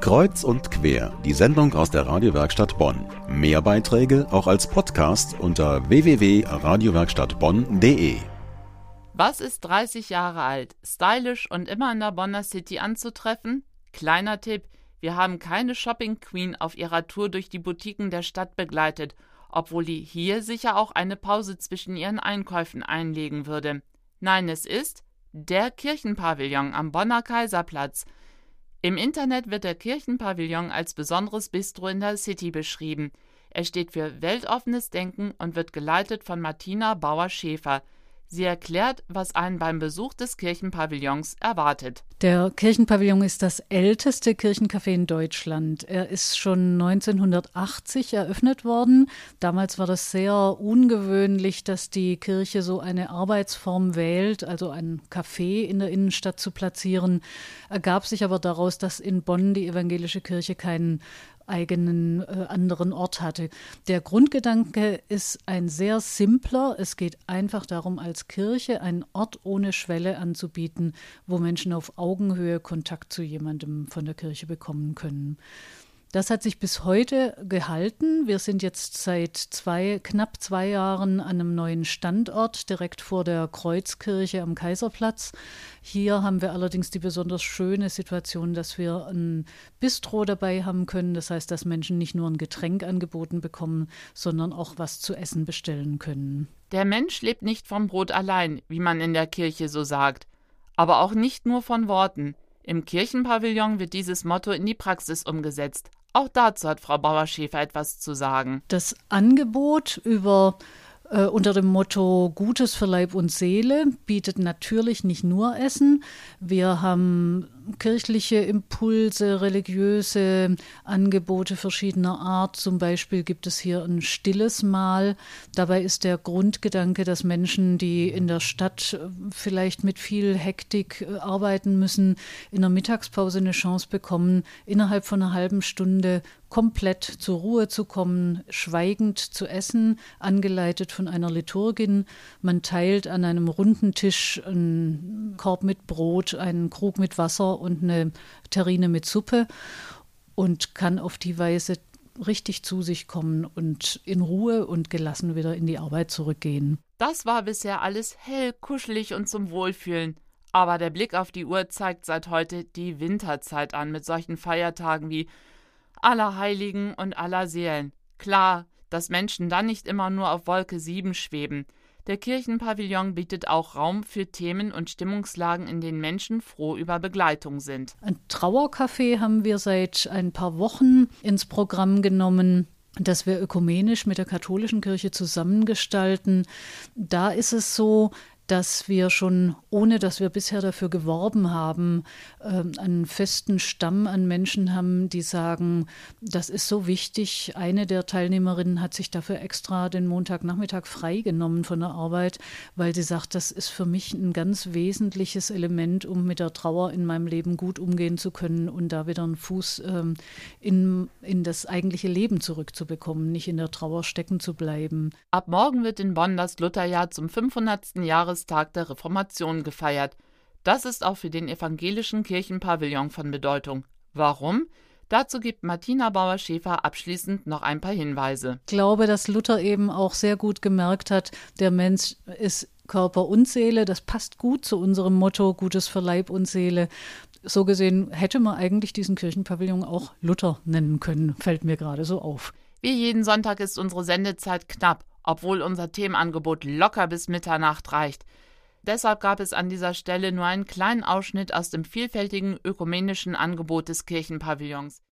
Kreuz und quer, die Sendung aus der Radiowerkstatt Bonn. Mehr Beiträge auch als Podcast unter www.radiowerkstattbonn.de. Was ist 30 Jahre alt, stylisch und immer in der Bonner City anzutreffen? Kleiner Tipp, wir haben keine Shopping Queen auf ihrer Tour durch die Boutiquen der Stadt begleitet, obwohl die hier sicher auch eine Pause zwischen ihren Einkäufen einlegen würde. Nein, es ist der Kirchenpavillon am Bonner Kaiserplatz. Im Internet wird der Kirchenpavillon als besonderes Bistro in der City beschrieben. Er steht für weltoffenes Denken und wird geleitet von Martina Bauer-Schäfer. Sie erklärt, was einen beim Besuch des Kirchenpavillons erwartet. Der Kirchenpavillon ist das älteste Kirchencafé in Deutschland. Er ist schon 1980 eröffnet worden. Damals war das sehr ungewöhnlich, dass die Kirche so eine Arbeitsform wählt, also ein Café in der Innenstadt zu platzieren. Ergab sich aber daraus, dass in Bonn die evangelische Kirche keinen eigenen anderen Ort hatte. Der Grundgedanke ist ein sehr simpler. Es geht einfach darum, als Kirche einen Ort ohne Schwelle anzubieten, wo Menschen auf Augenhöhe Kontakt zu jemandem von der Kirche bekommen können. Das hat sich bis heute gehalten. Wir sind jetzt seit knapp zwei Jahren an einem neuen Standort, direkt vor der Kreuzkirche am Kaiserplatz. Hier haben wir allerdings die besonders schöne Situation, dass wir ein Bistro dabei haben können. Das heißt, dass Menschen nicht nur ein Getränk angeboten bekommen, sondern auch was zu essen bestellen können. Der Mensch lebt nicht vom Brot allein, wie man in der Kirche so sagt. Aber auch nicht nur von Worten. Im Kirchenpavillon wird dieses Motto in die Praxis umgesetzt. Auch dazu hat Frau Bauer-Schäfer etwas zu sagen. Das Angebot unter dem Motto Gutes für Leib und Seele bietet natürlich nicht nur Essen. Wir haben kirchliche Impulse, religiöse Angebote verschiedener Art. Zum Beispiel gibt es hier ein stilles Mahl. Dabei ist der Grundgedanke, dass Menschen, die in der Stadt vielleicht mit viel Hektik arbeiten müssen, in der Mittagspause eine Chance bekommen, innerhalb von einer halben Stunde komplett zur Ruhe zu kommen, schweigend zu essen, angeleitet von einer Liturgin. Man teilt an einem runden Tisch einen Korb mit Brot, einen Krug mit Wasser und eine Terrine mit Suppe und kann auf die Weise richtig zu sich kommen und in Ruhe und gelassen wieder in die Arbeit zurückgehen. Das war bisher alles hell, kuschelig und zum Wohlfühlen. Aber der Blick auf die Uhr zeigt seit heute die Winterzeit an mit solchen Feiertagen wie Allerheiligen und Allerseelen. Klar, dass Menschen dann nicht immer nur auf Wolke 7 schweben. Der Kirchenpavillon bietet auch Raum für Themen und Stimmungslagen, in denen Menschen froh über Begleitung sind. Ein Trauercafé haben wir seit ein paar Wochen ins Programm genommen, das wir ökumenisch mit der katholischen Kirche zusammengestalten. Da ist es so, dass wir schon, ohne dass wir bisher dafür geworben haben, einen festen Stamm an Menschen haben, die sagen, das ist so wichtig. Eine der Teilnehmerinnen hat sich dafür extra den Montagnachmittag freigenommen von der Arbeit, weil sie sagt, das ist für mich ein ganz wesentliches Element, um mit der Trauer in meinem Leben gut umgehen zu können und da wieder einen Fuß in das eigentliche Leben zurückzubekommen, nicht in der Trauer stecken zu bleiben. Ab morgen wird in Bonn das Lutherjahr zum 500. Jahrestag der Reformation gefeiert. Das ist auch für den evangelischen Kirchenpavillon von Bedeutung. Warum? Dazu gibt Martina Bauer-Schäfer abschließend noch ein paar Hinweise. Ich glaube, dass Luther eben auch sehr gut gemerkt hat, der Mensch ist Körper und Seele. Das passt gut zu unserem Motto, Gutes für Leib und Seele. So gesehen hätte man eigentlich diesen Kirchenpavillon auch Luther nennen können, fällt mir gerade so auf. Wie jeden Sonntag ist unsere Sendezeit knapp, obwohl unser Themenangebot locker bis Mitternacht reicht. Deshalb gab es an dieser Stelle nur einen kleinen Ausschnitt aus dem vielfältigen ökumenischen Angebot des Kirchenpavillons.